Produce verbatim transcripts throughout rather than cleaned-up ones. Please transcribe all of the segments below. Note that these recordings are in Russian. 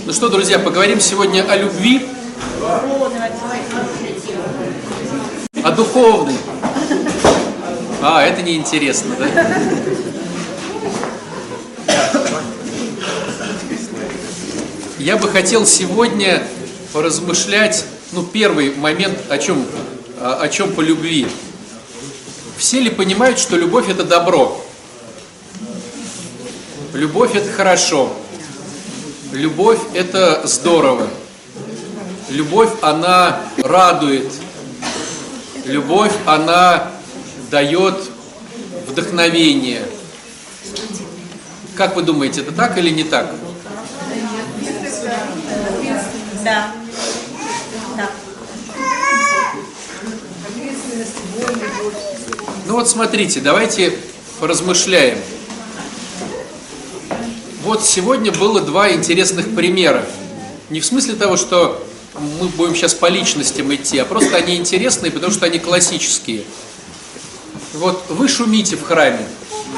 Ну что, друзья, поговорим сегодня о любви, о духовной. А, это неинтересно, да? Я бы хотел сегодня поразмышлять, ну, первый момент, о чем, о, о чем по любви. Все ли понимают, что любовь – это добро? Любовь – это хорошо. Любовь – это здорово. Любовь, она радует. Любовь, она дает вдохновение. Как вы думаете, это так или не так? Да. Да. Ну вот смотрите, давайте поразмышляем. Вот сегодня было два интересных примера. Не в смысле того, что мы будем сейчас по личностям идти, а просто они интересные, потому что они классические. Вот вы шумите в храме,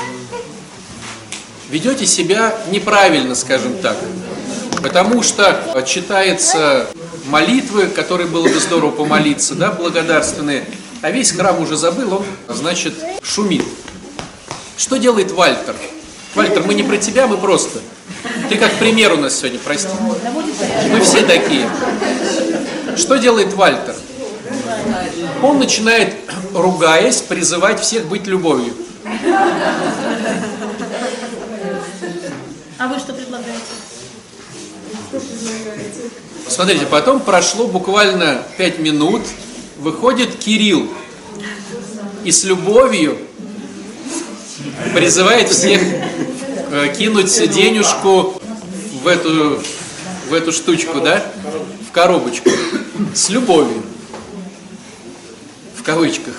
ведете себя неправильно, скажем так, потому что читается молитвы, которые было бы здорово помолиться, да, благодарственные, а весь храм уже забыл, он, значит, шумит. Что делает Вальтер? Вальтер, мы не про тебя, мы просто. Ты как пример у нас сегодня, прости. Мы все такие. Что делает Вальтер? Он начинает, ругаясь, призывать всех быть любовью. А вы что предлагаете? Смотрите, потом прошло буквально пять минут, выходит Кирилл и с любовью призывает всех э, кинуть денежку в эту, в эту штучку, да, в коробочку, с любовью, в кавычках.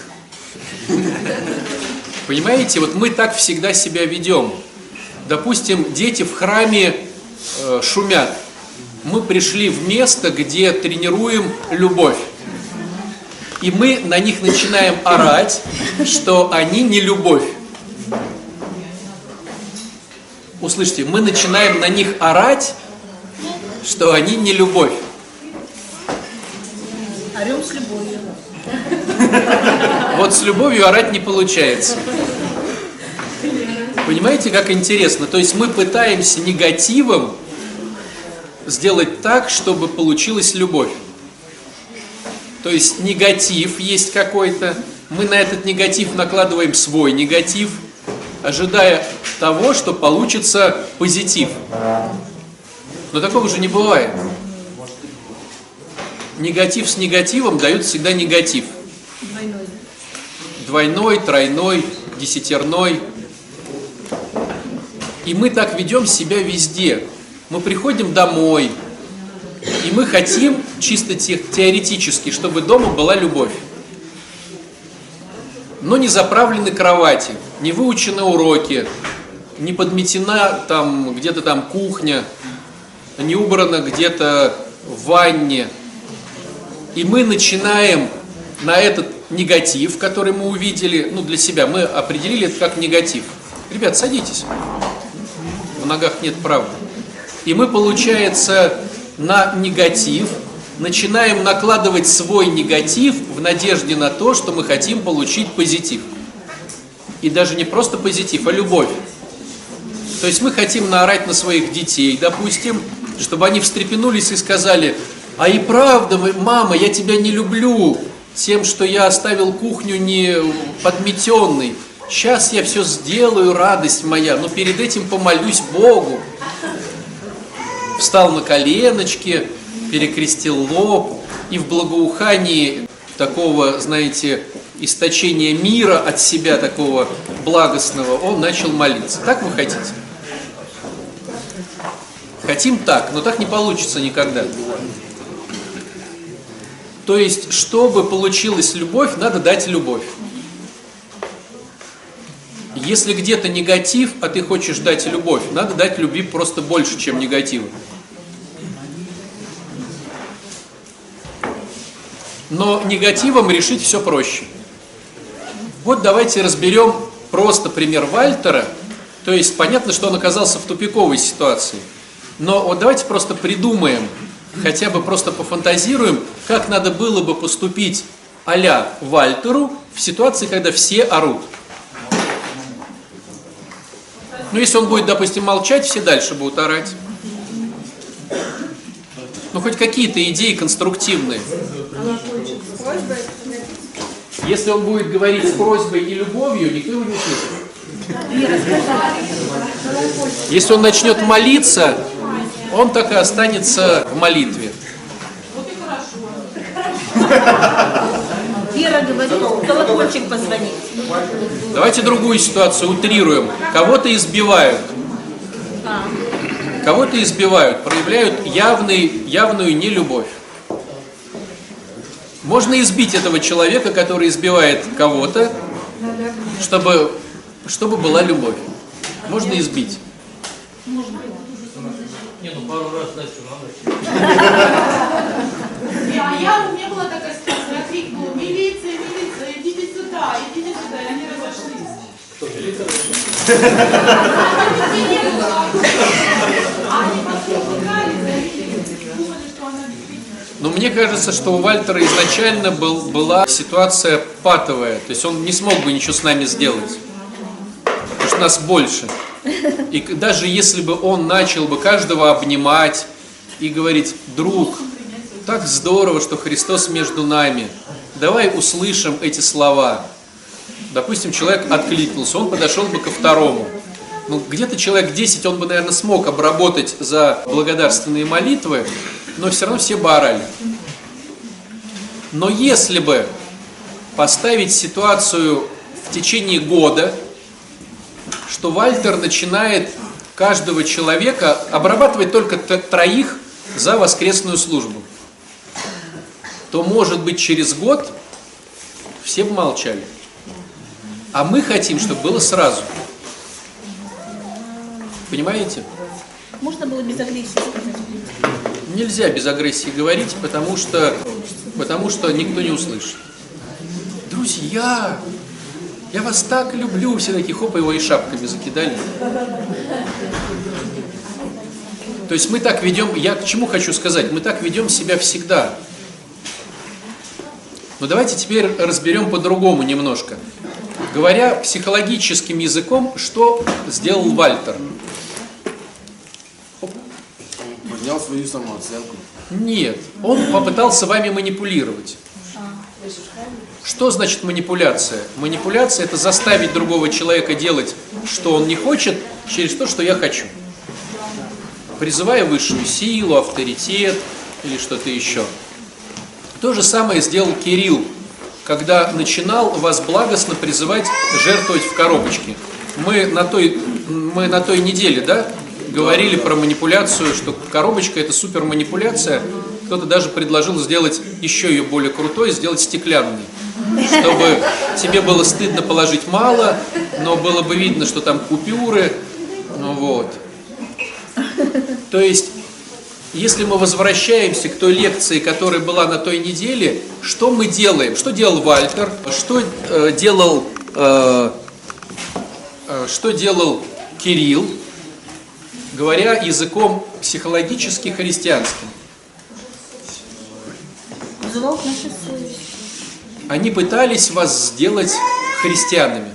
Понимаете, вот мы так всегда себя ведем. Допустим, дети в храме э, шумят. Мы пришли в место, где тренируем любовь. И мы на них начинаем орать, что они не любовь. Услышьте, мы начинаем на них орать, что они не любовь. Орем с любовью. Вот с любовью орать не получается. Понимаете, как интересно? То есть мы пытаемся негативом сделать так, чтобы получилась любовь. То есть негатив есть какой-то, мы на этот негатив накладываем свой негатив, ожидая того, что получится позитив. Но такого же не бывает. Негатив с негативом дают всегда негатив. Двойной. Двойной, тройной, десятерной. И мы так ведем себя везде. Мы приходим домой, и мы хотим чисто теоретически, чтобы дома была любовь. Но не заправлены кровати, не выучены уроки, не подметена там где-то там кухня, не убрана где-то в ванне. И мы начинаем на этот негатив, который мы увидели, ну для себя, мы определили это как негатив. Ребят, садитесь. В ногах нет правды. И мы, получается, на негатив начинаем накладывать свой негатив в надежде на то, что мы хотим получить позитив. И даже не просто позитив, а любовь. То есть мы хотим наорать на своих детей, допустим, чтобы они встрепенулись и сказали: а и правда, мама, я тебя не люблю тем, что я оставил кухню не подметенной. Сейчас я все сделаю, радость моя, но перед этим помолюсь Богу. Встал на коленочки, перекрестил лоб, и в благоухании такого, знаете, источения мира от себя, такого благостного, он начал молиться. Так вы хотите? Хотим так, но так не получится никогда. То есть, чтобы получилась любовь, надо дать любовь. Если где-то негатив, а ты хочешь дать любовь, надо дать любви просто больше, чем негатива. Но негативом решить все проще. Вот давайте разберем просто пример Вальтера. То есть понятно, что он оказался в тупиковой ситуации. Но вот давайте просто придумаем, хотя бы просто пофантазируем, как надо было бы поступить а-ля Вальтеру в ситуации, когда все орут. Ну, если он будет, допустим, молчать, все дальше будут орать. Ну, хоть какие-то идеи конструктивные. Если он будет говорить с просьбой и любовью, никто его не услышит. Если он начнет молиться, он так и останется в молитве. Вера говорит, колокольчик позвонит. Давайте другую ситуацию утрируем. Кого-то избивают. Кого-то избивают, проявляют явный, явную нелюбовь. Можно избить этого человека, который избивает кого-то, чтобы, чтобы была любовь. Можно избить. Не, ну пару раз Настю надо. А я, у меня была такая ситуация, я крикнула: милиция, милиция, идите сюда, идите сюда, и они разошлись. Что, милиция? Они потом пугались, они думали, что она действительно. Но мне кажется, что у Вальтера изначально был, была ситуация патовая. То есть он не смог бы ничего с нами сделать. Потому что нас больше. И даже если бы он начал бы каждого обнимать и говорить: друг, так здорово, что Христос между нами, давай услышим эти слова. Допустим, человек откликнулся, он подошел бы ко второму. Ну, где-то человек десять он бы, наверное, смог обработать за благодарственные молитвы, но все равно все бы орали. Но если бы поставить ситуацию в течение года, что Вальтер начинает каждого человека обрабатывать только троих за воскресную службу, то, может быть, через год все бы молчали. А мы хотим, чтобы было сразу. Понимаете? Можно было без агрессии сказать? Нельзя без агрессии говорить, потому что, потому что никто не услышит. Друзья, я вас так люблю. Все такие хоп, его и шапками закидали. То есть мы так ведем, я к чему хочу сказать, мы так ведем себя всегда. Но давайте теперь разберем по-другому немножко. Говоря психологическим языком, что сделал Вальтер? Поднял свою самооценку. Нет, он попытался вами манипулировать. Что значит манипуляция? Манипуляция – это заставить другого человека делать, что он не хочет, через то, что я хочу. Призывая высшую силу, авторитет или что-то еще. То же самое сделал Кирилл, когда начинал вас благостно призывать жертвовать в коробочке. Мы на той, мы на той неделе, да, говорили про манипуляцию, что коробочка – это супер манипуляция. Кто-то даже предложил сделать еще ее более крутой, сделать стеклянной. Чтобы тебе было стыдно положить мало, но было бы видно, что там купюры. Ну вот. То есть, если мы возвращаемся к той лекции, которая была на той неделе, что мы делаем? Что делал Вальтер? Что э, делал, э, э, что делал Кирилл, говоря языком психологически христианским? Взывал к нашей совести. Они пытались вас сделать христианами.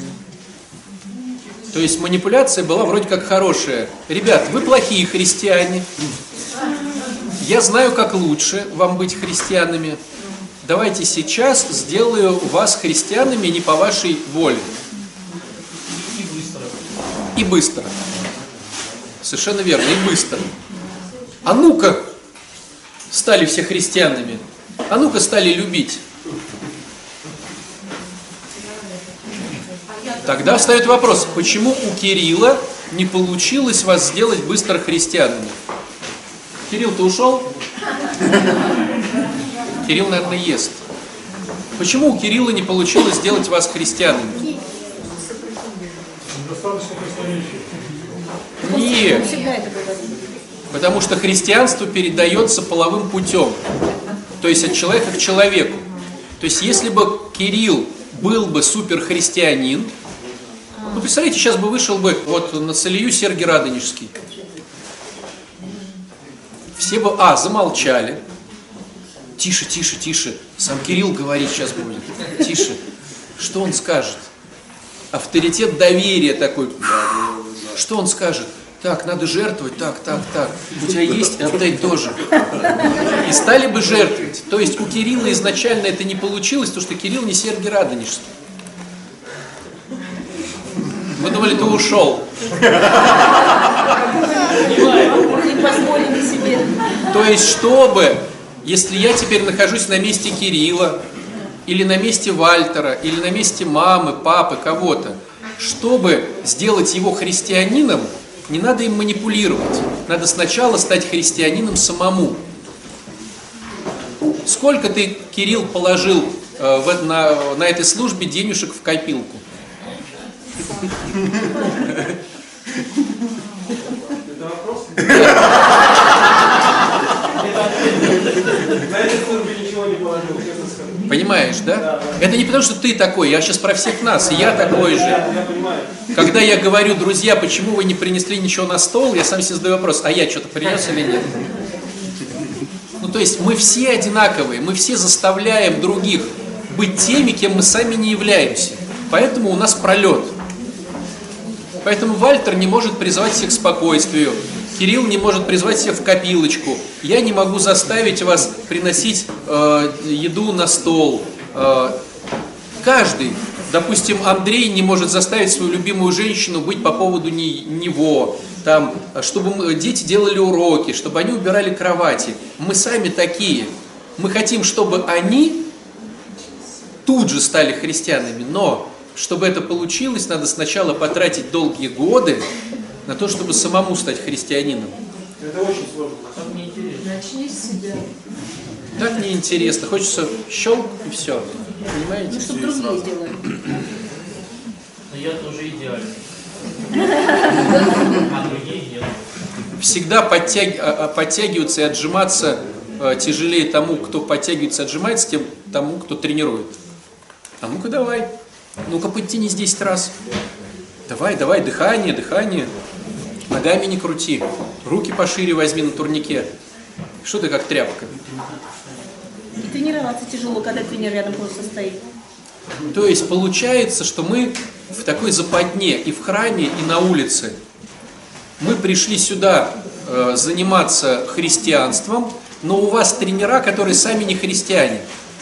То есть манипуляция была вроде как хорошая. Ребят, вы плохие христиане. Я знаю, как лучше вам быть христианами. Давайте сейчас сделаю вас христианами не по вашей воле. И быстро. И быстро. Совершенно верно, и быстро. А ну-ка, стали все христианами. А ну-ка, стали любить. Тогда встает вопрос, почему у Кирилла не получилось вас сделать быстро христианами? Кирилл, ты ушел? Кирилл, наверное, ест. Почему у Кирилла не получилось сделать вас христианами? Нет. Всегда это говорит. Потому что христианство передается половым путем. То есть от человека к человеку. То есть если бы Кирилл был бы суперхристианин, ну представляете, сейчас бы вышел бы вот на Целию Сергий Радонежский. все бы, а, замолчали. Тише, тише, тише. Сам Кирилл говорить сейчас будет. Тише. Что он скажет? Авторитет доверия такой. Что он скажет? Так, надо жертвовать, так, так, так. У тебя есть, отдай тоже. И стали бы жертвовать. То есть у Кирилла изначально это не получилось, потому что Кирилл не Сергий Радонежский. Мы думали, ты ушел. Не позволили себе. То есть, чтобы, если я теперь нахожусь на месте Кирилла, или на месте Вальтера, или на месте мамы, папы, кого-то, чтобы сделать его христианином, не надо им манипулировать. Надо сначала стать христианином самому. Сколько ты, Кирилл, положил э, в, на, на этой службе денежек в копилку? Это вопрос? На этой службе ничего не положил, честно скажу. Понимаешь, да? Да, да. Это не потому, что ты такой, я сейчас про всех нас, и я такой же. Я понимаю. Когда я говорю, друзья, почему вы не принесли ничего на стол, я сам себе задаю вопрос, а я что-то принес или нет? Ну, то есть мы все одинаковые, мы все заставляем других быть теми, кем мы сами не являемся. Поэтому у нас пролет. Поэтому Вальтер не может призывать всех к спокойствию, Кирилл не может призвать всех в копилочку, я не могу заставить вас приносить э, еду на стол. Э, каждый, допустим, Андрей не может заставить свою любимую женщину быть по поводу не, него, там, чтобы мы, дети делали уроки, чтобы они убирали кровати. Мы сами такие. Мы хотим, чтобы они тут же стали христианами, но чтобы это получилось, надо сначала потратить долгие годы на то, чтобы самому стать христианином. Это очень сложно. Так неинтересно. Начни с себя. Так неинтересно. Хочется щелк и все. Понимаете? Ну, чтобы другие делали. Но я тоже идеален. А другие нет. Всегда подтяг... а- а- подтягиваться и отжиматься э, тяжелее тому, кто подтягивается и отжимается, тем тому, кто тренирует. А ну-ка давай. Ну-ка подтянись десять раз. Давай, давай, дыхание, дыхание. Ногами не крути. Руки пошире возьми на турнике. Что ты как тряпка? И тренироваться тяжело, когда тренер рядом просто стоит. То есть получается, что мы в такой западне и в храме, и на улице. Мы пришли сюда э, заниматься христианством, но у вас тренера, которые сами не христиане.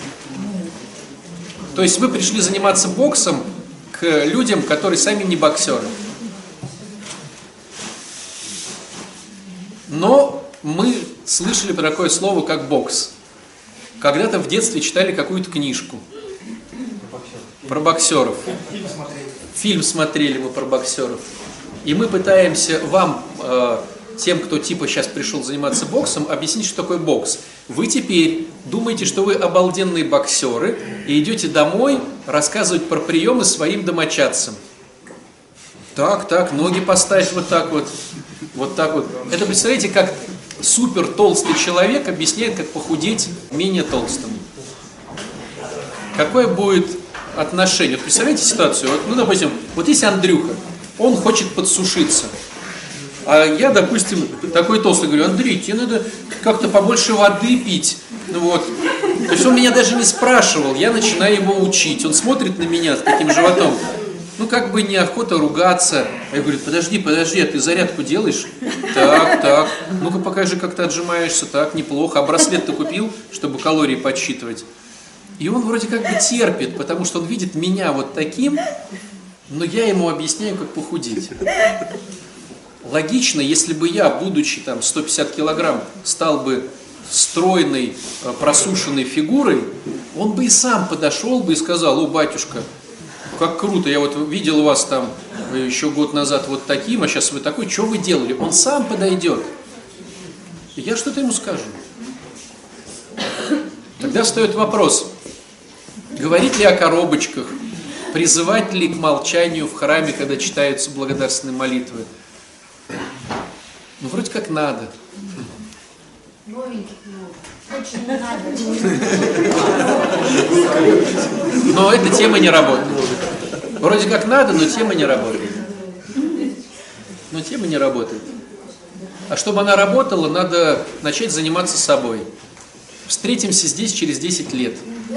То есть вы пришли заниматься боксом к людям, которые сами не боксеры. Но мы слышали про такое слово, как бокс. Когда-то в детстве читали какую-то книжку про боксеров. Фильм смотрели мы про боксеров. И мы пытаемся вам, э, тем, кто типа сейчас пришел заниматься боксом, объяснить, что такое бокс. Вы теперь думаете, что вы обалденные боксеры, и идете домой рассказывать про приемы своим домочадцам. Так, так, ноги поставь вот так вот, вот так вот. Это, представляете, как супер толстый человек объясняет, как похудеть менее толстому. Какое будет отношение? Вот представляете ситуацию? Вот, ну, допустим, вот есть Андрюха, он хочет подсушиться. А я, допустим, такой толстый, говорю: Андрей, тебе надо как-то побольше воды пить. Ну вот. То есть он меня даже не спрашивал, я начинаю его учить. Он смотрит на меня с таким животом. Ну, как бы неохота ругаться. А я говорю: подожди, подожди, а ты зарядку делаешь? Так, так. Ну-ка покажи, как ты отжимаешься. Так, неплохо. А браслет ты купил, чтобы калории подсчитывать? И он вроде как бы терпит, потому что он видит меня вот таким, но я ему объясняю, как похудеть. Логично, если бы я, будучи там сто пятьдесят килограмм, стал бы стройной, просушенной фигурой, он бы и сам подошел бы и сказал: о, батюшка, как круто, я вот видел вас там еще год назад вот таким, а сейчас вы такой, что вы делали? Он сам подойдет. И я что-то ему скажу. Тогда встает вопрос: говорить ли о коробочках, призывать ли к молчанию в храме, когда читаются благодарственные молитвы? Ну, вроде как надо. Новеньких много. Очень не надо. Но эта тема не работает. Вроде как надо, но тема не работает. Но тема не работает. А чтобы она работала, надо начать заниматься собой. Встретимся здесь через десять лет.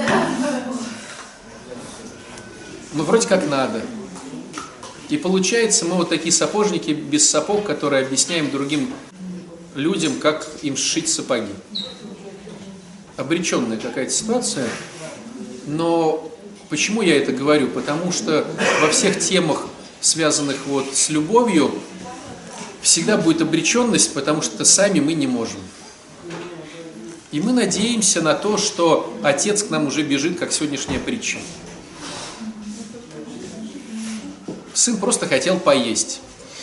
Ну, вроде как надо. И получается, мы вот такие сапожники без сапог, которые объясняем другим людям, как им сшить сапоги. Обреченная какая-то ситуация. Но почему я это говорю? Потому что во всех темах, связанных вот с любовью, всегда будет обреченность, потому что сами мы не можем. И мы надеемся на то, что Отец к нам уже бежит, как сегодняшняя притча. Сын просто хотел поесть.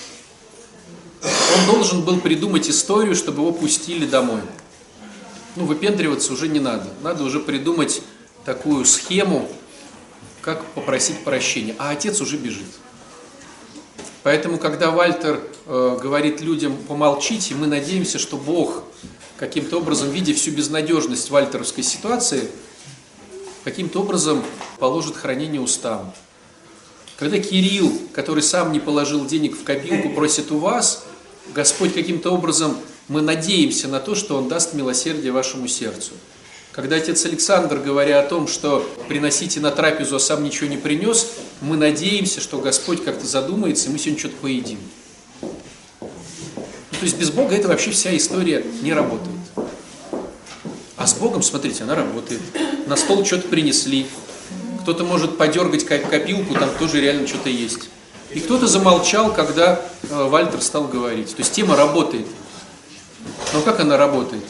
Он должен был придумать историю, чтобы его пустили домой. Ну, выпендриваться уже не надо. Надо уже придумать такую схему, как попросить прощения. А отец уже бежит. Поэтому, когда Вальтер э, говорит людям «помолчите», мы надеемся, что Бог, каким-то образом, видя всю безнадежность вальтеровской ситуации, каким-то образом положит хранение устам. Когда Кирилл, который сам не положил денег в копилку, просит у вас, Господь каким-то образом, мы надеемся на то, что Он даст милосердие вашему сердцу. Когда отец Александр, говоря о том, что приносите на трапезу, а сам ничего не принес, мы надеемся, что Господь как-то задумается, и мы сегодня что-то поедим. Ну, то есть без Бога это вообще вся история не работает. А с Богом, смотрите, она работает. На стол что-то принесли. Кто-то может подергать копилку, там тоже реально что-то есть. И кто-то замолчал, когда э, Вальтер стал говорить. То есть тема работает. Но как она работает?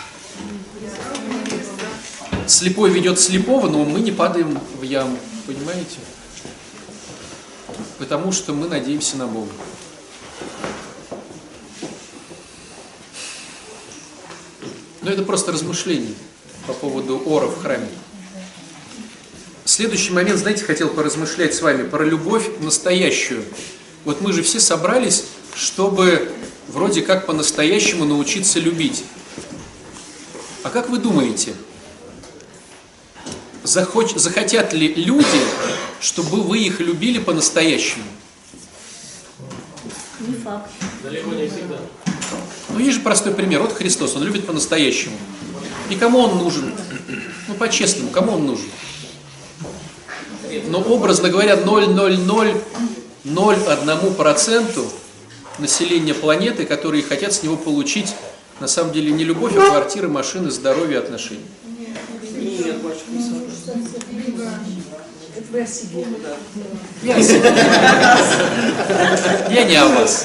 Слепой ведет слепого, но мы не падаем в яму. Понимаете? Потому что мы надеемся на Бога. Но это просто размышление по поводу ора в храме. Следующий момент, знаете, хотел поразмышлять с вами про любовь настоящую. Вот мы же все собрались, чтобы вроде как по-настоящему научиться любить. А как вы думаете, захоч... захотят ли люди, чтобы вы их любили по-настоящему? Не факт. Далеко не всегда. Ну, есть же простой пример. Вот Христос, Он любит по-настоящему. И кому Он нужен? Ну, по-честному, кому Он нужен? Но, образно говоря, ноль целых ноль ноль ноль один процент населения планеты, которые хотят с него получить, на самом деле, не любовь, а квартиры, машины, здоровье, отношения. Нет, больше не согласен. Я о себе. Я не о вас.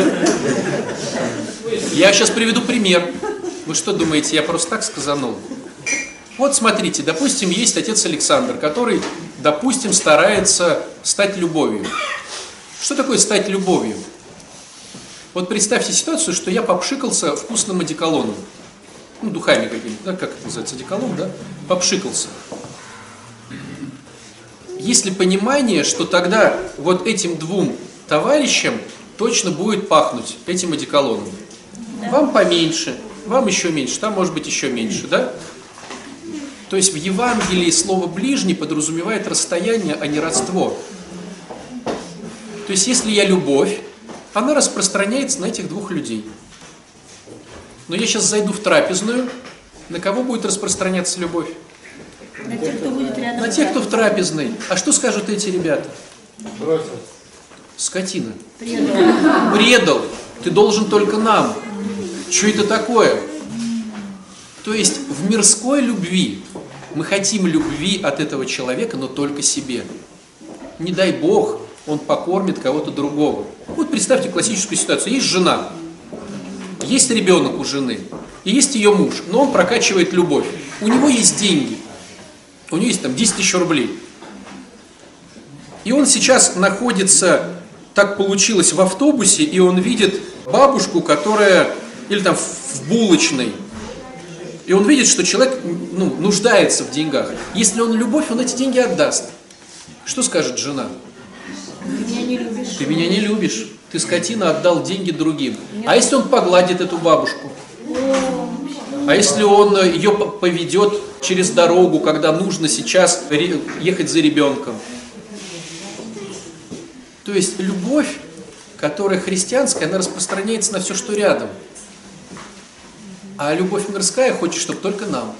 Я сейчас приведу пример. Вы что думаете, я просто так сказанул? Вот смотрите, допустим, есть отец Александр, который, допустим, старается стать любовью. Что такое стать любовью? Вот представьте ситуацию, что я попшикался вкусным одеколоном. Ну, духами какими-то, да, как это называется, одеколон, да? Попшикался. Есть ли понимание, что тогда вот этим двум товарищам точно будет пахнуть этим одеколоном? Вам поменьше, вам еще меньше, там может быть еще меньше, да? То есть в Евангелии слово «ближний» подразумевает расстояние, а не родство. То есть если я любовь, она распространяется на этих двух людей. Но я сейчас зайду в трапезную, на кого будет распространяться любовь? На тех, кто будет рядом. На тех, кто в трапезной. А что скажут эти ребята? Бросил. Скотина. Предал. Предал. Ты должен только нам. Что это такое? То есть в мирской любви мы хотим любви от этого человека, но только себе. Не дай Бог, он покормит кого-то другого. Вот представьте классическую ситуацию. Есть жена, есть ребенок у жены, и есть ее муж, но он прокачивает любовь. У него есть деньги, у него есть там десять тысяч рублей. И он сейчас находится, так получилось, в автобусе, и он видит бабушку, которая, или там в булочной, и он видит, что человек, ну, нуждается в деньгах. Если он любовь, он эти деньги отдаст. Что скажет жена? Меня не любишь. Ты меня не любишь. Ты, скотина, отдал деньги другим. А если он погладит эту бабушку? А если он ее поведет через дорогу, когда нужно сейчас ехать за ребенком? То есть любовь, которая христианская, она распространяется на все, что рядом. А любовь мирская хочет, чтобы только нам.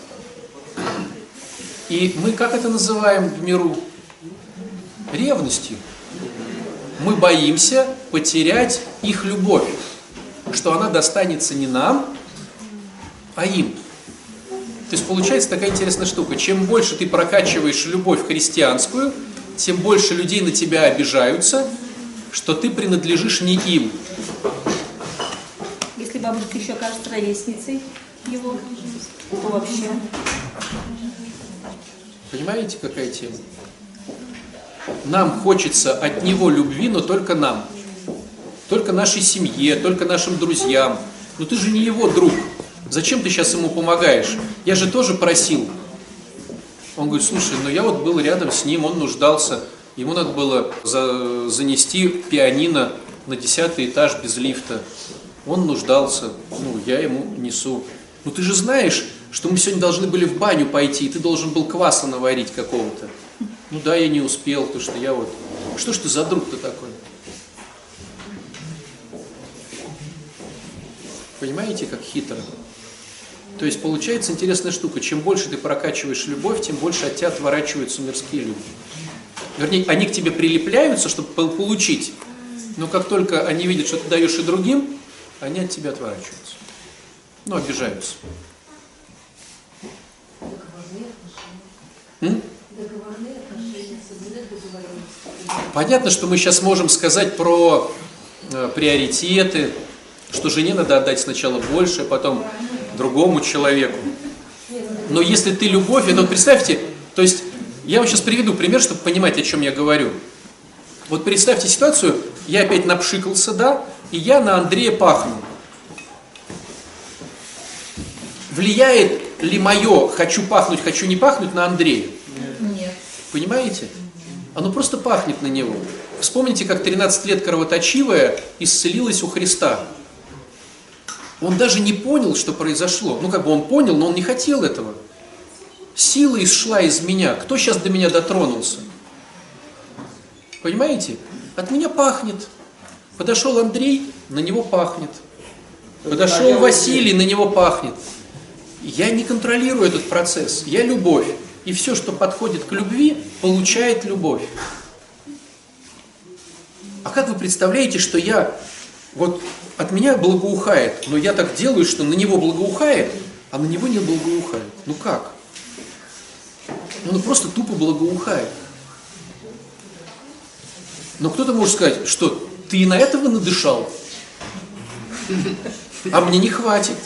И мы как это называем в миру? Ревностью. Мы боимся потерять их любовь, что она достанется не нам, а им. То есть получается такая интересная штука. Чем больше ты прокачиваешь любовь христианскую, тем больше людей на тебя обижаются, что ты принадлежишь не им. Если бабушка еще окажется ровесницей его, то вообще... Понимаете, какая тема? Нам хочется от него любви, но только нам. Только нашей семье, только нашим друзьям. Но ты же не его друг. Зачем ты сейчас ему помогаешь? Я же тоже просил. Он говорит, слушай, ну я вот был рядом с ним, он нуждался. Ему надо было за, занести пианино на десятый этаж без лифта. Он нуждался, ну я ему несу. Ну ты же знаешь, что мы сегодня должны были в баню пойти, и ты должен был кваса наварить какого-то. Ну да, я не успел, потому что я вот... Что ж ты за друг-то такой? Понимаете, как хитро? То есть получается интересная штука. Чем больше ты прокачиваешь любовь, тем больше от тебя отворачиваются мирские люди. Вернее, они к тебе прилепляются, чтобы получить. Но как только они видят, что ты даешь и другим, они от тебя отворачиваются. Ну, обижаются. М? Понятно, что мы сейчас можем сказать про э, приоритеты, что жене надо отдать сначала больше, а потом другому человеку. Но если ты любовь, это вот представьте, то есть я вам сейчас приведу пример, чтобы понимать, о чем я говорю. Вот представьте ситуацию, я опять напшикался, да, и я на Андрея пахну. Влияет ли мое «хочу пахнуть, хочу не пахнуть» на Андрея? Нет. Понимаете? Оно просто пахнет на него. Вспомните, как тринадцать лет кровоточивая исцелилась у Христа. Он даже не понял, что произошло. Ну, как бы он понял, но он не хотел этого. Сила исшла из меня. Кто сейчас до меня дотронулся? Понимаете? От меня пахнет. Подошел Андрей, на него пахнет. Подошел Василий, на него пахнет. Я не контролирую этот процесс. Я любовь. И все, что подходит к любви, получает любовь. А как вы представляете, что я... Вот от меня благоухает, но я так делаю, что на него благоухает, а на него не благоухает. Ну как? Ну, он просто тупо благоухает. Но кто-то может сказать, что ты и на этого надышал, а мне не хватит.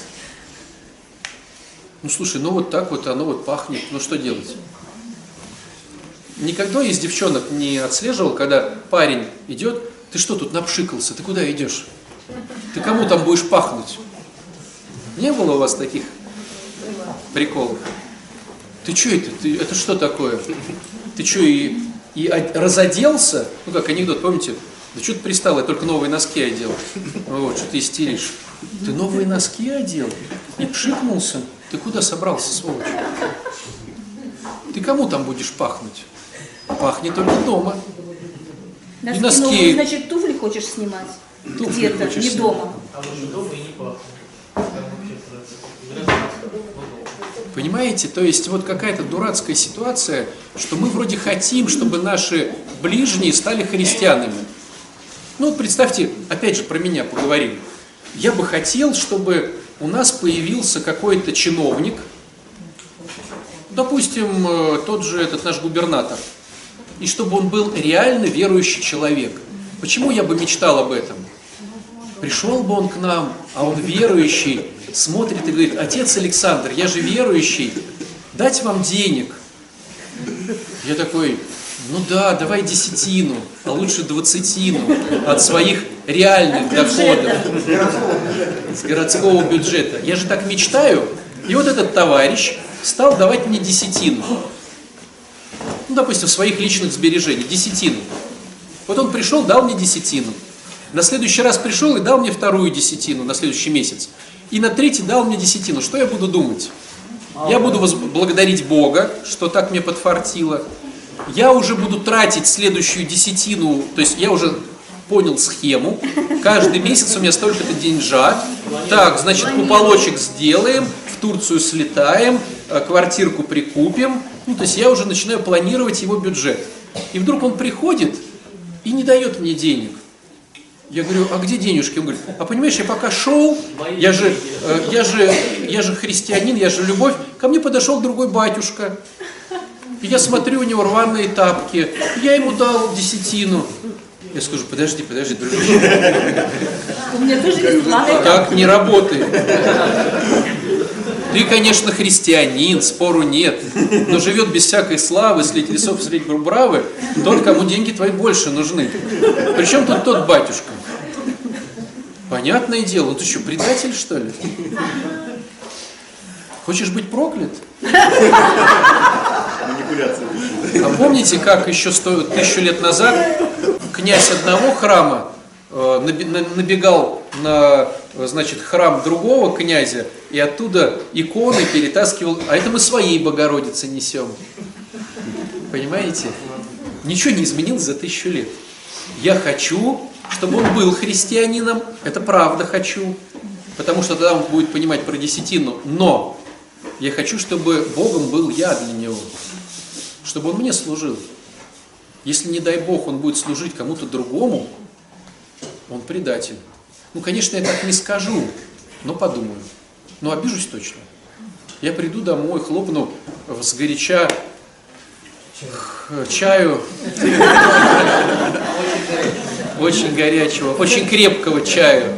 Ну слушай, ну вот так вот оно вот пахнет, ну что делать? Никогда из девчонок не отслеживал, когда парень идет, ты что тут напшикался, ты куда идешь? Ты кому там будешь пахнуть? Не было у вас таких приколов? Ты что это? Ты, это что такое? Ты что, и, и разоделся? Ну как анекдот, помните? Да что ты пристал, я только новые носки одел. Вот, что ты истеришь. Ты новые носки одел? И пшикнулся? Ты куда собрался, сволочь? Ты кому там будешь пахнуть? Пахнет только дома. Носки, И носки. новые, значит, туфли хочешь снимать? Туфли Где-то, хочешь не снимать. дома. А вот же дома и не пахнет. Там вообще гражданство. Понимаете, то есть вот какая-то дурацкая ситуация, что мы вроде хотим, чтобы наши ближние стали христианами. Ну вот представьте, опять же про меня поговорим. Я бы хотел, чтобы у нас появился какой-то чиновник, допустим, тот же этот наш губернатор, и чтобы он был реально верующий человек. Почему я бы мечтал об этом? Пришел бы он к нам, а он верующий, смотрит и говорит: отец Александр, я же верующий, дать вам денег. Я такой: ну да, давай десятину, а лучше двадцатину от своих реальных доходов. С городского бюджета. Я же так мечтаю. И вот этот товарищ стал давать мне десятину. Ну, допустим, своих личных сбережений, десятину. Вот он пришел, дал мне десятину. На следующий раз пришел и дал мне вторую десятину на следующий месяц. И на третий дал мне десятину. Что я буду думать? Я буду благодарить Бога, что так мне подфартило. Я уже буду тратить следующую десятину, то есть я уже понял схему. Каждый месяц у меня столько-то деньжат. Так, значит, куполочек сделаем, в Турцию слетаем, квартирку прикупим. Ну, то есть я уже начинаю планировать его бюджет. И вдруг он приходит и не дает мне денег. Я говорю, а где денежки? Он говорит, а понимаешь, я пока шел, я же, я же, я же христианин, я же любовь. Ко мне подошел другой батюшка. И я смотрю, у него рваные тапки. Я ему дал десятину. Я скажу, подожди, подожди, дружище. У меня тоже есть рваные тапки. Так не работает. Ты, конечно, христианин, спору нет, но живет без всякой славы, среди лесов, среди бравы, тот, кому деньги твои больше нужны. Причем тут тот батюшка? Понятное дело, ты что, предатель, что ли? Хочешь быть проклят? А помните, как еще сто, тысячу лет назад князь одного храма э, набегал на, значит, храм другого князя и оттуда иконы перетаскивал, а это мы своей Богородице несем. Понимаете? Ничего не изменилось за тысячу лет. Я хочу, чтобы он был христианином, это правда хочу, потому что тогда он будет понимать про десятину, но я хочу, чтобы Богом был я для него, чтобы он мне служил. Если, не дай Бог, он будет служить кому-то другому, он предатель. Ну, конечно, я так не скажу, но подумаю. Но обижусь точно. Я приду домой, хлопну сгоряча чаю, очень горячего, очень крепкого чаю,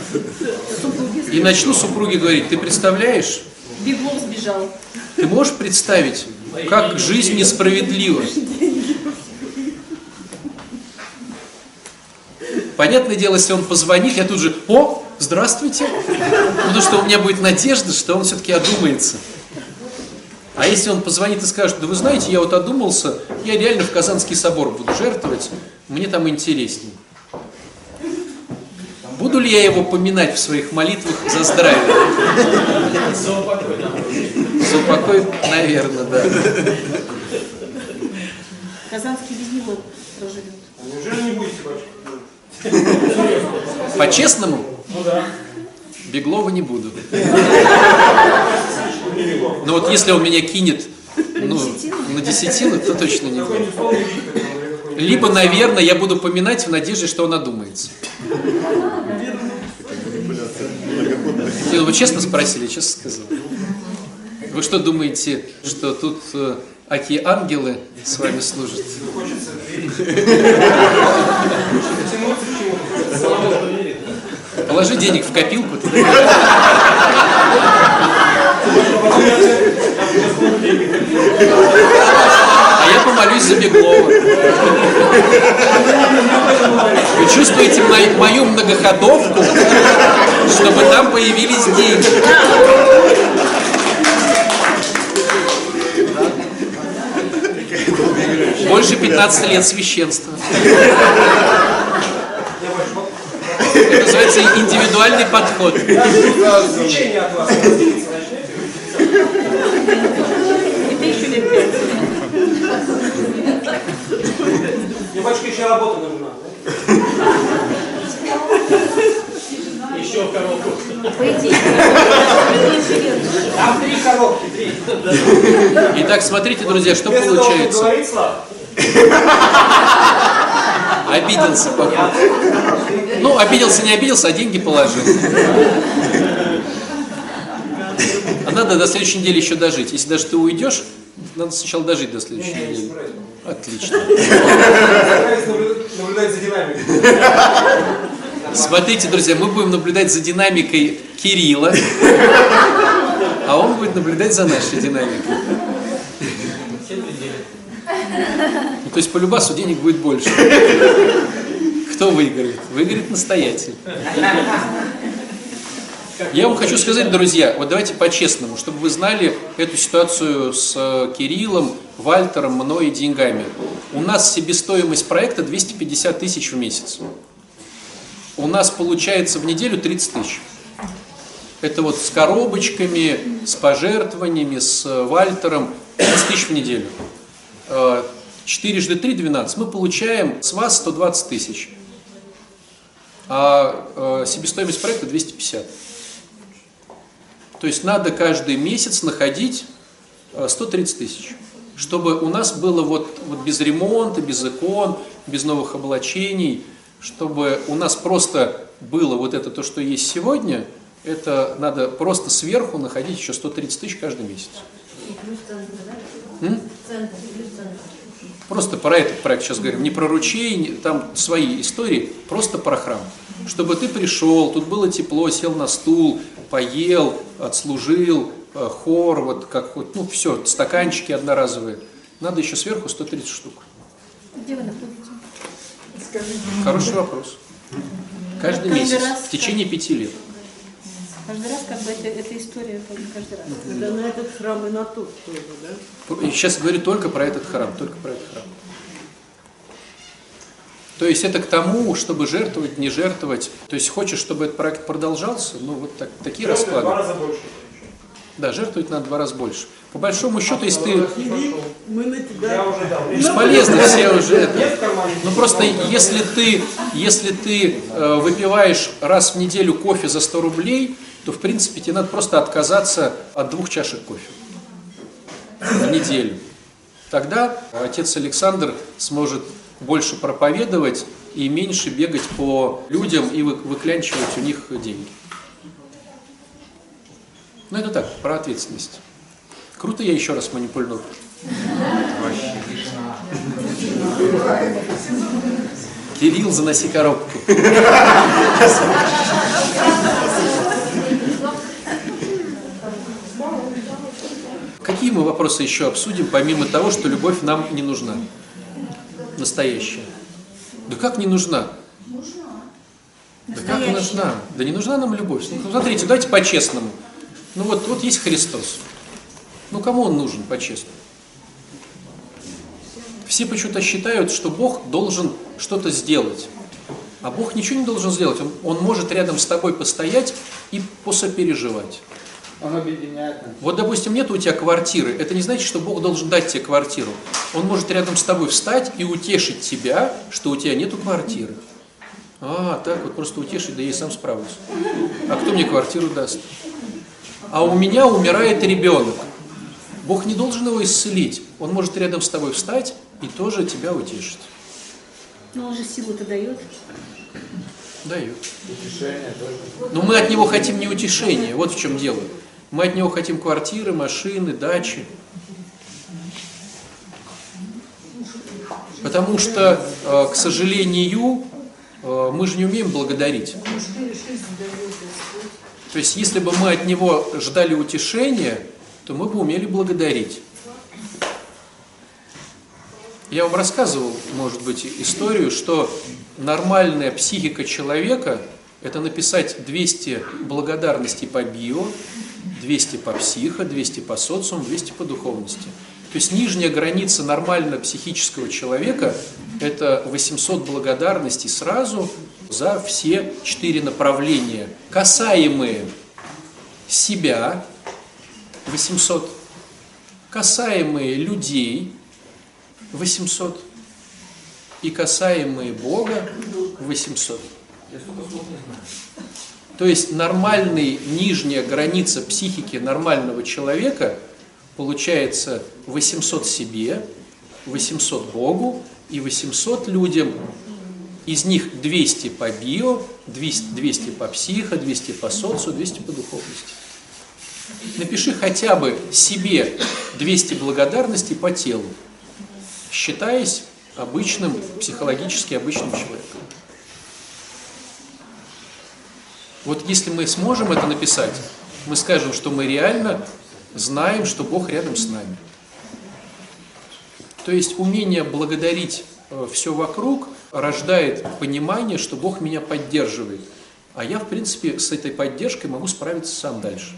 и начну супруге говорить, ты представляешь? Беглов сбежал. Ты можешь представить, как жизнь несправедлива? Понятное дело, если он позвонит, я тут же, о, здравствуйте, потому что у меня будет надежда, что он все-таки одумается. А если он позвонит и скажет, да вы знаете, я вот одумался, я реально в Казанский собор буду жертвовать, мне там интереснее. Буду ли я его поминать в своих молитвах за здравие? За упокой, да. За упокой, наверное, да. Казанский без него проживет. Неужели не будете, батюшка? По-честному? Ну да. Беглова не буду. Но вот если он меня кинет ну, на десятину, то точно не буду. Либо, наверное, я буду поминать в надежде, что он одумается. Вы честно спросили, я честно сказал. Вы что думаете, что тут э, аки ангелы с вами служат? Положи денег в копилку. А я помолюсь за Беглова. Вы чувствуете мою многоходовку, чтобы там появились деньги? Больше пятнадцати лет священства. Это называется индивидуальный подход. Свечение от вас разделиться начнете? Это еще лет пять. Мне, батюшка, еще работа нужна, да? Еще в коробку. По идее. Там три коробки, три. Итак, смотрите, друзья, что Вместо того, чтобы получается. говорить, Слав, Обиделся, походу. Ну, обиделся, не обиделся, а деньги положил. А надо до следующей недели еще дожить. Если даже ты уйдешь, надо сначала дожить до следующей недели. Отлично. стараюсь наблюдать за динамикой. Смотрите, друзья, мы будем наблюдать за динамикой Кирилла, а он будет наблюдать за нашей динамикой. Ну, то есть по любасу денег будет больше. Кто выиграет? Выиграет настоятель. Я вам хочу сказать, друзья, вот давайте по-честному, чтобы вы знали эту ситуацию с Кириллом, Вальтером, мной и деньгами. У нас себестоимость проекта двести пятьдесят тысяч в месяц. У нас получается в неделю тридцать тысяч. Это вот с коробочками, с пожертвованиями, с Вальтером, тридцать тысяч в неделю. четыре жды три, двенадцать. Мы получаем с вас сто двадцать тысяч. а э, себестоимость проекта двести пятьдесят. То есть надо каждый месяц находить э, сто тридцать тысяч, чтобы у нас было вот, вот без ремонта, без икон, без новых облачений, чтобы у нас просто было вот это то, что есть сегодня, это надо просто сверху находить еще сто тридцать тысяч каждый месяц. И плюс центр, да? М? Центр, плюс центр. Просто про этот проект сейчас говорим, не про ручей, не, там свои истории, просто про храм. Чтобы ты пришел, тут было тепло, сел на стул, поел, отслужил, э, хор, вот как вот, ну все, стаканчики одноразовые. Надо еще сверху сто тридцать штук. Где вы находитесь? Хороший вопрос. Каждый, Каждый месяц, раз в течение пяти лет. Каждый раз как бы это, эта история каждый раз. Это на этот храм и на тот тоже, да? И сейчас говорю только про этот храм, только про этот храм. То есть это к тому, чтобы жертвовать, не жертвовать. То есть хочешь, чтобы этот проект продолжался, ну вот так, такие расклады. Два раза больше. Да, жертвовать надо в два раза больше. По большому счету, если ты... Филипп, мы на тебя... Я уже дал. Бесполезно, все уже это. Нет в кармане? Ну просто если ты, если ты э, выпиваешь раз в неделю кофе за сто рублей, то в принципе тебе надо просто отказаться от двух чашек кофе в неделю. Тогда отец Александр сможет больше проповедовать и меньше бегать по людям и вы, выклянчивать у них деньги. Ну это так, про ответственность. Круто я еще раз манипульнул. Кирилл, заноси коробку. Какие мы вопросы еще обсудим, помимо того, что любовь нам не нужна? Настоящая. Да как не нужна? Да как нужна? Да не нужна нам любовь. Ну, смотрите, давайте по-честному. Ну вот, вот есть Христос. Ну кому он нужен, по-честному? Все почему-то считают, что Бог должен что-то сделать. А Бог ничего не должен сделать. Он, он может рядом с тобой постоять и посопереживать. Он объединяет нас. Вот, допустим, нет у тебя квартиры. Это не значит, что Бог должен дать тебе квартиру. Он может рядом с тобой встать и утешить тебя, что у тебя нету квартиры. А, так вот просто утешить, да я и сам справлюсь. А кто мне квартиру даст? А у меня умирает ребенок. Бог не должен его исцелить. Он может рядом с тобой встать и тоже тебя утешить. Но он же силу-то дает. Дает. Утешение тоже. Но мы от него хотим не утешения. Вот в чем дело. Мы от него хотим квартиры, машины, дачи. Потому что, к сожалению, мы же не умеем благодарить. То есть, если бы мы от него ждали утешения, то мы бы умели благодарить. Я вам рассказывал, может быть, историю, что нормальная психика человека – это написать двести благодарностей по био, двести по психо, двести по социуму, двести по духовности. То есть нижняя граница нормально психического человека – это восемьсот благодарностей сразу за все четыре направления, касаемые себя – восемьсот, касаемые людей – восемьсот и касаемые Бога – восемьсот. То есть нормальная нижняя граница психики нормального человека получается восемьсот себе, восемьсот Богу и восемьсот людям. Из них двести по био, двести по психо, двести по социуму, двести по духовности. Напиши хотя бы себе двести благодарностей по телу, считаясь обычным, психологически обычным человеком. Вот если мы сможем это написать, мы скажем, что мы реально знаем, что Бог рядом с нами. То есть умение благодарить все вокруг рождает понимание, что Бог меня поддерживает. А я, в принципе, с этой поддержкой могу справиться сам дальше.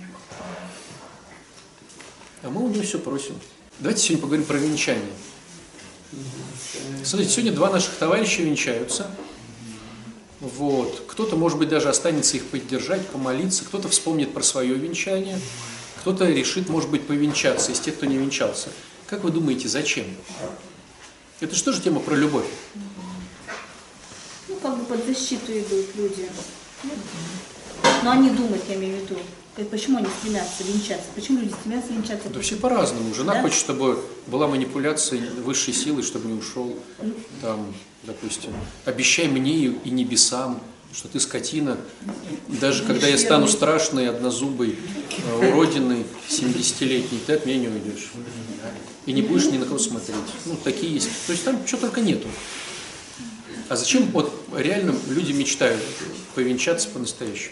А мы у него все просим. Давайте сегодня поговорим про венчание. Смотрите, сегодня два наших товарища венчаются. Вот. Кто-то, может быть, даже останется их поддержать, помолиться, кто-то вспомнит про свое венчание, кто-то решит, может быть, повенчаться из тех, кто не венчался. Как вы думаете, зачем? Это же тоже тема про любовь. Ну, как бы под защиту идут люди. Но они думают, я имею в виду. Почему они стремятся венчаться? Почему люди стремятся венчаться? Да все по-разному. Жена Да? хочет, чтобы была манипуляция высшей силы, чтобы не ушел. Там, допустим, обещай мне и небесам, что ты скотина. Даже когда я стану страшной, однозубой, уродиной, семидесятилетней, ты от меня не уйдешь. И не будешь ни на кого смотреть. Ну, такие есть. То есть там что только нету. А зачем вот реально люди мечтают повенчаться по-настоящему?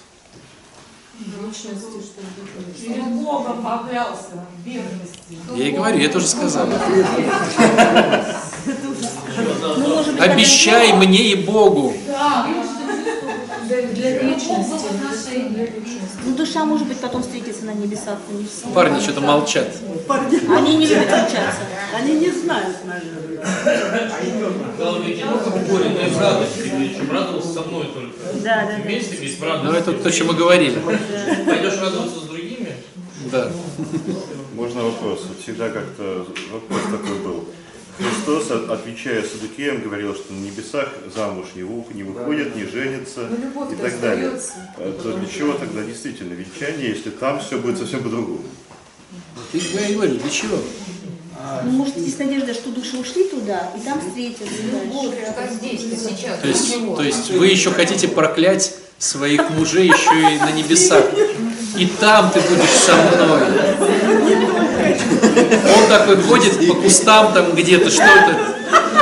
Перед Богом поклялся в верности. Я и говорю, я тоже сказал. Ну, может быть, Обещай мне и Богу. Да, Для вечности. Для вечности. ну, душа, может быть, потом встретится на небесах. Не все. Парни что-то молчат. Парни, Они не любят венчаться. они не знают, наверное. Голове не только в горе, но и в радости. Причем радовался со мной только. Да, да, да. Вместе весь в Ну, радости. это то, что мы говорили. Пойдешь радоваться с другими? Да. Можно вопрос? Вот всегда как-то вопрос такой был. Христос, от- отвечая Саддукеям, говорил, что на небесах замуж не, вы- не выходят, не женятся и так далее. А то для чего тогда действительно венчание, если там все будет совсем по-другому? Ты я и говорю, для чего? Ну, может, есть надежда, что души ушли туда, и там встретятся дальше. Как здесь, сейчас. То есть, то есть вы еще хотите проклять своих мужей еще и на небесах. И там ты будешь со мной. Он такой ходит по кустам там где-то, что это?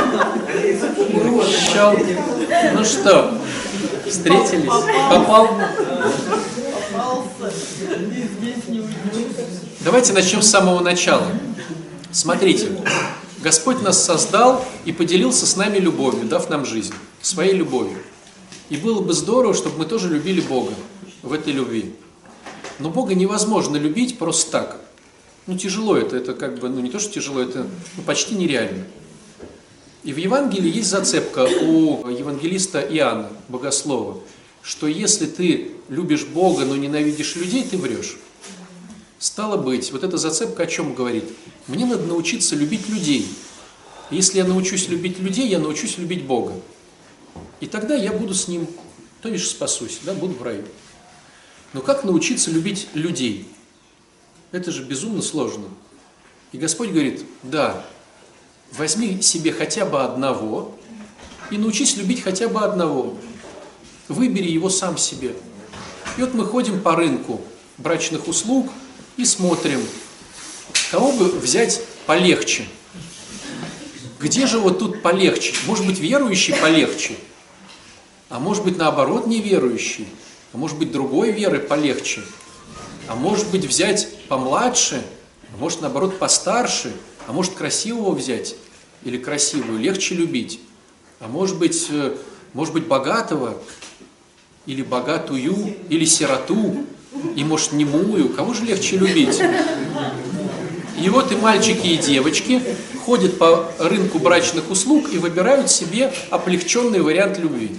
Щел. Ну что, встретились? Попал? Попался, ни здесь не уйдешь. Давайте начнем с самого начала. Смотрите, Господь нас создал и поделился с нами любовью, дав нам жизнь, своей любовью. И было бы здорово, чтобы мы тоже любили Бога в этой любви. Но Бога невозможно любить просто так. Ну, тяжело это, это как бы, ну, не то, что тяжело, это ну, почти нереально. И в Евангелии есть зацепка у евангелиста Иоанна, богослова, что если ты любишь Бога, но ненавидишь людей, ты врешь. Стало быть, вот эта зацепка о чем говорит? Мне надо научиться любить людей. Если я научусь любить людей, я научусь любить Бога. И тогда я буду с Ним, то бишь спасусь, да, буду в раю. Но как научиться любить людей? Это же безумно сложно. И Господь говорит, да, возьми себе хотя бы одного и научись любить хотя бы одного. Выбери его сам себе. И вот мы ходим по рынку брачных услуг и смотрим, кого бы взять полегче. Где же вот тут полегче? Может быть, верующий полегче, а может быть, наоборот, неверующий, а может быть, другой веры полегче, а может быть, взять помладше, а может, наоборот, постарше, а может, красивого взять или красивую, легче любить, а может быть, может быть, богатого или богатую, или сироту, и, может, немую, кого же легче любить? И вот и мальчики, и девочки ходят по рынку брачных услуг и выбирают себе облегченный вариант любви.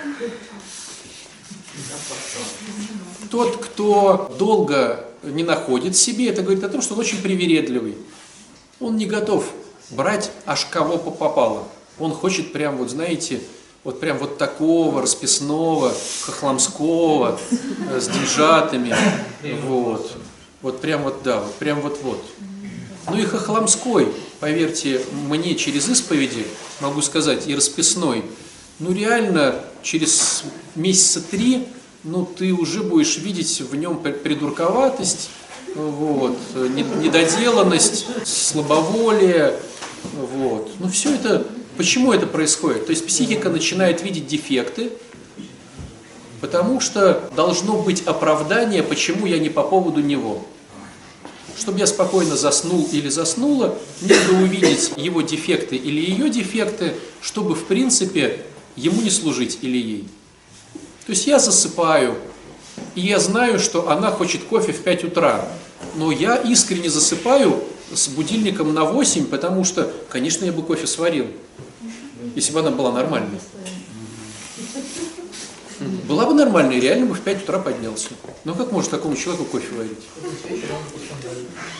Тот, кто долго не находит себе, это говорит о том, что он очень привередливый. Он не готов брать аж кого попало. Он хочет прям, вот знаете, вот прям вот такого расписного, хохломского, с деньжатами, вот. Вот прям вот, да, вот прям вот-вот. Ну и хохломской, поверьте мне, через исповеди, могу сказать, и расписной, ну реально через месяца три, ну ты уже будешь видеть в нем придурковатость, вот, недоделанность, слабоволие, вот. Ну все это, почему это происходит? То есть психика начинает видеть дефекты, потому что должно быть оправдание, почему я не по поводу него. Чтобы я спокойно заснул или заснула, мне надо увидеть его дефекты или ее дефекты, чтобы, в принципе, ему не служить или ей. То есть я засыпаю, и я знаю, что она хочет кофе в пять утра, но я искренне засыпаю с будильником на восемь, потому что, конечно, я бы кофе сварил, если бы она была нормальной. Была бы нормальной, реально бы в пять утра поднялся. Ну как может такому человеку кофе варить?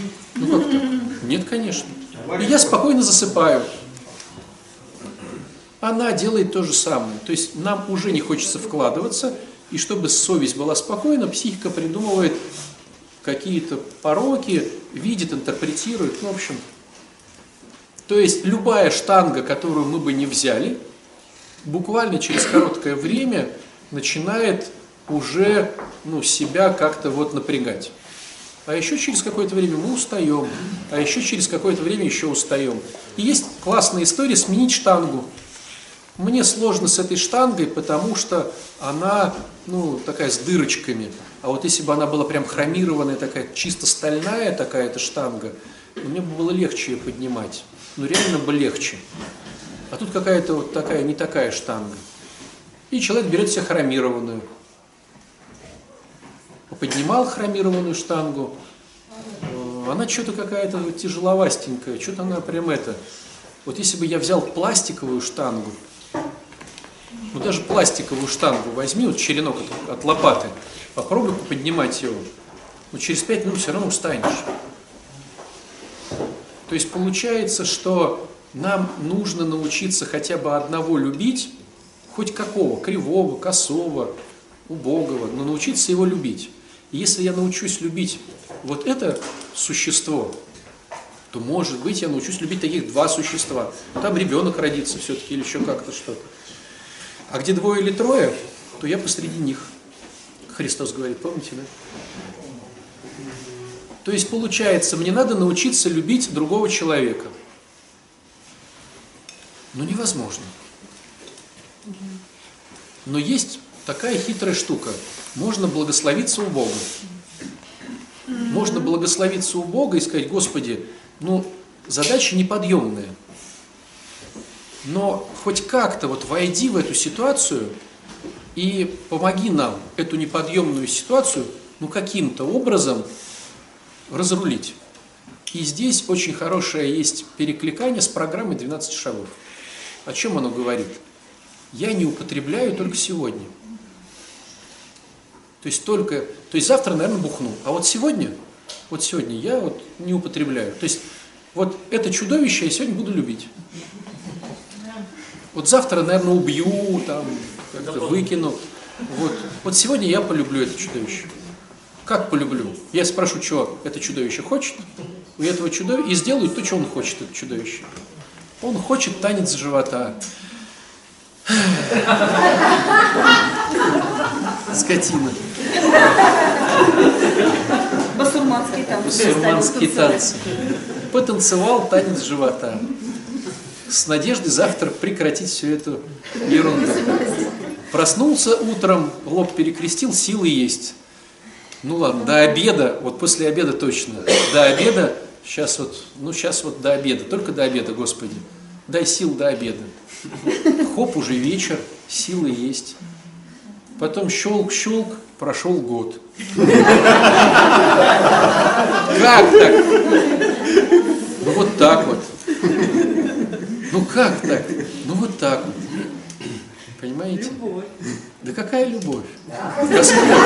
Ну как так? Нет, конечно. И я спокойно засыпаю. она делает то же самое. То есть нам уже не хочется вкладываться, и чтобы совесть была спокойна, психика придумывает какие-то пороки, видит, интерпретирует, ну, в общем. То есть любая штанга, которую мы бы не взяли, буквально через короткое время начинает уже, ну, себя как-то вот напрягать. А еще через какое-то время мы устаем, а еще через какое-то время еще устаем. И есть классная история сменить штангу. Мне сложно с этой штангой, потому что она, ну, такая с дырочками. А вот если бы она была прям хромированная, такая чисто стальная такая-то штанга, ну, мне бы было легче ее поднимать. Ну, реально бы легче. А тут какая-то вот такая, не такая штанга. И человек берет себе хромированную. Поднимал хромированную штангу, она что-то какая-то вот тяжеловастенькая, что-то она прям это. Вот если бы я взял пластиковую штангу, ну даже пластиковую штангу возьми, вот черенок от, от лопаты, попробуй поднимать его, но через пять минут все равно устанешь. То есть получается, что нам нужно научиться хотя бы одного любить, хоть какого, кривого, косого, убогого, но научиться его любить. И если я научусь любить вот это существо, то, может быть, я научусь любить таких два существа. Там ребенок родится все-таки или еще как-то что-то. А где двое или трое, то я посреди них. Христос говорит, помните, да? То есть, получается, мне надо научиться любить другого человека. Ну, невозможно. Но есть такая хитрая штука. Можно благословиться у Бога. Можно благословиться у Бога и сказать, Господи, ну, задача неподъемная. Но хоть как-то вот войди в эту ситуацию и помоги нам эту неподъемную ситуацию, ну, каким-то образом разрулить. И здесь очень хорошее есть перекликание с программой двенадцать шагов. О чем оно говорит? Я не употребляю только сегодня. То есть только, то есть завтра, наверное, бухну. А вот сегодня, вот сегодня я вот не употребляю. То есть вот это чудовище я сегодня буду любить. Вот завтра, наверное, убью, там, как-то выкину. Вот. Вот сегодня я полюблю это чудовище. Как полюблю? Я спрошу, что это чудовище хочет. У этого чудовища и сделаю то, что он хочет, это чудовище. Он хочет танец живота. Скотина. Басурманские танцы. Басурманские танцы. Потанцевал танец живота. С надеждой завтра прекратить всю эту ерунду. Проснулся утром, лоб перекрестил, силы есть. Ну ладно, до обеда, вот после обеда точно. До обеда, сейчас вот, ну сейчас вот до обеда, только до обеда, Господи. Дай сил до обеда. Хоп, уже вечер, силы есть. Потом щелк-щелк, прошел год. Как так? Ну вот так вот. Ну как так? Ну вот так вот. Понимаете? Любовь. Да какая любовь? Господь.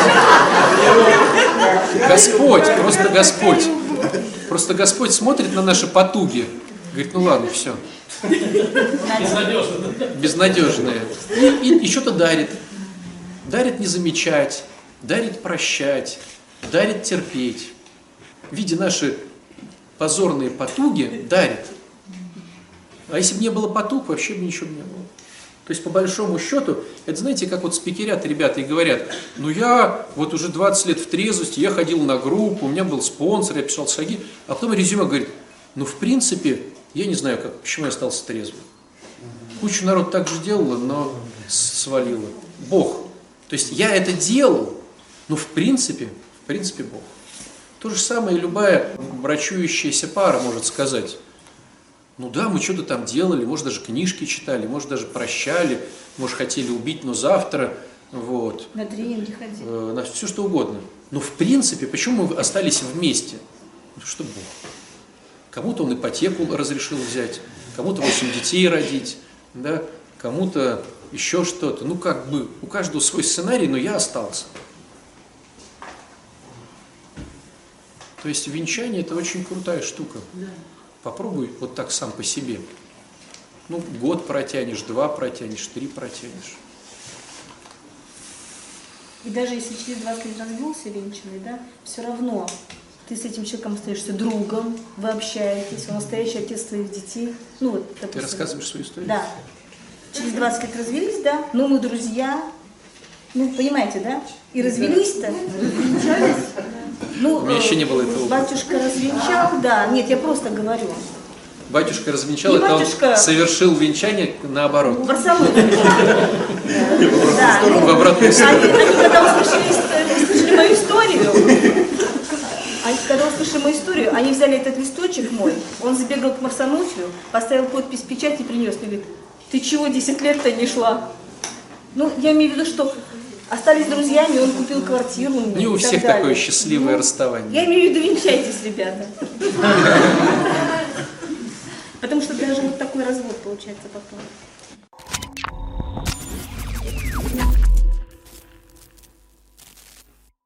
Господь, просто Господь. Просто Господь смотрит на наши потуги. Говорит, ну ладно, все. Безнадежно. Безнадежные. И, и, и что-то дарит. Дарит не замечать, дарит прощать, дарит терпеть. Видя наши позорные потуги, дарит. А если бы не было потуг, вообще бы ничего бы не было. То есть, по большому счету, это, знаете, как вот спикерят ребята и говорят, ну я вот уже двадцать лет в трезвости, я ходил на группу, у меня был спонсор, я писал шаги, а потом резюме говорит, ну в принципе, я не знаю, как, почему я остался трезвым. Кучу народ так же делала, но свалила. Бог. То есть, я это делал, но в принципе, в принципе, Бог. То же самое любая брачующаяся пара может сказать. Ну да, мы что-то там делали, может, даже книжки читали, может, даже прощали, может, хотели убить, но завтра, вот. На тренинги ходили. Э, на все что угодно. Но в принципе, почему мы остались вместе? Потому что Бог. Кому-то он ипотеку разрешил взять, кому-то восемь детей родить, да, кому-то еще что-то. Ну как бы, у каждого свой сценарий, но я остался. То есть венчание – это очень крутая штука. Попробуй вот так сам по себе. Ну, год протянешь, два протянешь, три протянешь. И даже если через двадцать лет развелся венчанный, да, все равно ты с этим человеком остаешься другом, вы общаетесь, он настоящий отец твоих детей. Ну, вот, допустим, Ты рассказываешь свою историю? Да. Через двадцать лет развелись, да, но мы друзья. Ну, понимаете, да? И развелись-то. Ну, У меня еще не было этого опыта. батюшка развенчал, да. Нет, я просто говорю. Батюшка развенчал, Не это батюшка. он совершил венчание наоборот. Барсалу. Да. В обратную сторону. Они, они когда услышали, ист- услышали мою историю, они, когда услышали мою историю, они взяли этот листочек мой, он забегал к Марсанутию, поставил подпись, печать и принес. И говорит, ты чего десять лет-то не шла? Ну, я имею в виду, что остались друзьями, он купил квартиру мне. Не у и так всех далее. такое счастливое Ну, расставание. Я имею в виду, венчайтесь, ребята. Потому что даже вот такой развод получается потом.